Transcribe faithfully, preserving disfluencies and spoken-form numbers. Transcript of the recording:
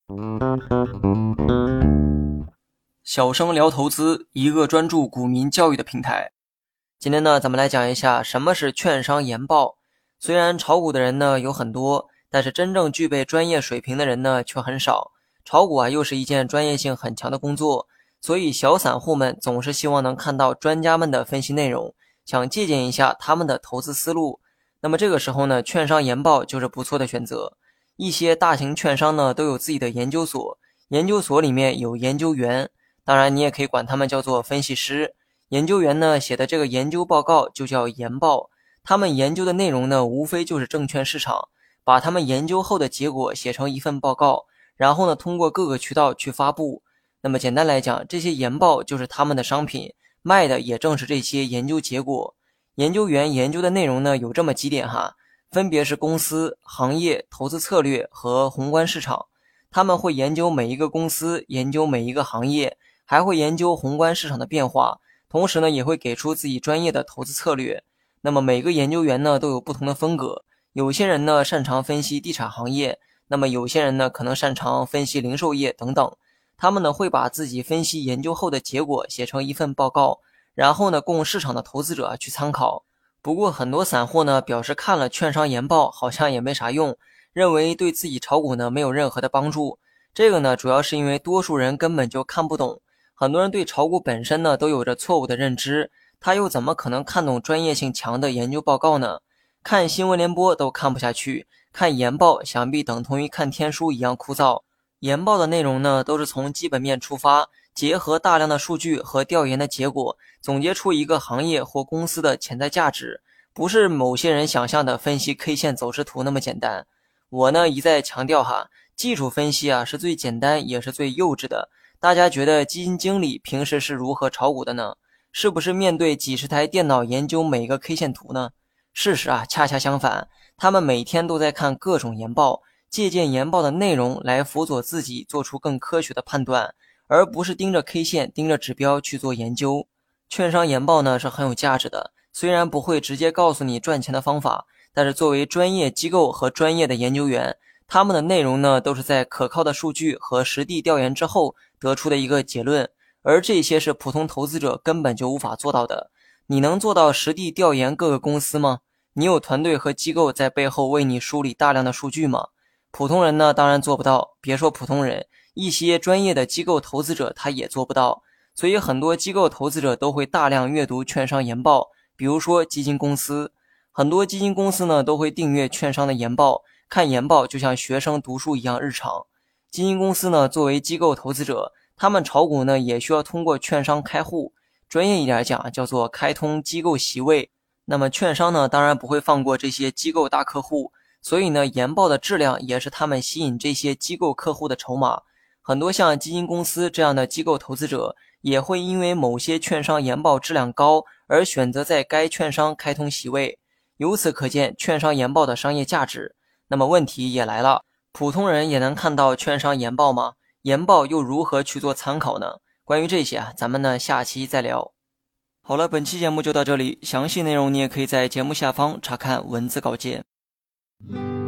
小生聊投资，一个专注股民教育的平台。今天呢，咱们来讲一下什么是券商研报。虽然炒股的人呢有很多，但是真正具备专业水平的人呢却很少。炒股啊又是一件专业性很强的工作，所以小散户们总是希望能看到专家们的分析内容，想借鉴一下他们的投资思路。那么这个时候呢，券商研报就是不错的选择。一些大型券商呢都有自己的研究所，研究所里面有研究员，当然你也可以管他们叫做分析师。研究员呢写的这个研究报告就叫研报，他们研究的内容呢无非就是证券市场，把他们研究后的结果写成一份报告，然后呢通过各个渠道去发布。那么简单来讲，这些研报就是他们的商品，卖的也正是这些研究结果。研究员研究的内容呢有这么几点哈，分别是公司、行业、投资策略和宏观市场。他们会研究每一个公司，研究每一个行业，还会研究宏观市场的变化，同时呢也会给出自己专业的投资策略。那么每个研究员呢都有不同的风格，有些人呢擅长分析地产行业，那么有些人呢可能擅长分析零售业等等。他们呢会把自己分析研究后的结果写成一份报告，然后呢供市场的投资者去参考。不过很多散户呢表示看了券商研报好像也没啥用，认为对自己炒股呢没有任何的帮助。这个呢主要是因为多数人根本就看不懂，很多人对炒股本身呢都有着错误的认知，他又怎么可能看懂专业性强的研究报告呢？看新闻联播都看不下去，看研报想必等同于看天书一样枯燥。研报的内容呢都是从基本面出发，结合大量的数据和调研的结果，总结出一个行业或公司的潜在价值，不是某些人想象的分析 K 线走势图那么简单。我呢一再强调哈，技术分析啊是最简单也是最幼稚的。大家觉得基金经理平时是如何炒股的呢？是不是面对几十台电脑研究每个 K 线图呢？事实啊恰恰相反，他们每天都在看各种研报，借鉴研报的内容来辅佐自己做出更科学的判断，而不是盯着 K 线盯着指标去做研究。券商研报呢是很有价值的，虽然不会直接告诉你赚钱的方法，但是作为专业机构和专业的研究员，他们的内容呢都是在可靠的数据和实地调研之后得出的一个结论，而这些是普通投资者根本就无法做到的。你能做到实地调研各个公司吗？你有团队和机构在背后为你梳理大量的数据吗？普通人呢当然做不到，别说普通人，一些专业的机构投资者他也做不到。所以很多机构投资者都会大量阅读券商研报，比如说基金公司，很多基金公司呢都会订阅券商的研报，看研报就像学生读书一样日常。基金公司呢作为机构投资者，他们炒股呢也需要通过券商开户，专业一点讲叫做开通机构席位。那么券商呢当然不会放过这些机构大客户，所以呢研报的质量也是他们吸引这些机构客户的筹码。很多像基金公司这样的机构投资者也会因为某些券商研报质量高而选择在该券商开通席位，由此可见券商研报的商业价值。那么问题也来了，普通人也能看到券商研报吗？研报又如何去做参考呢？关于这些啊，咱们呢下期再聊。好了，本期节目就到这里，详细内容你也可以在节目下方查看文字稿件。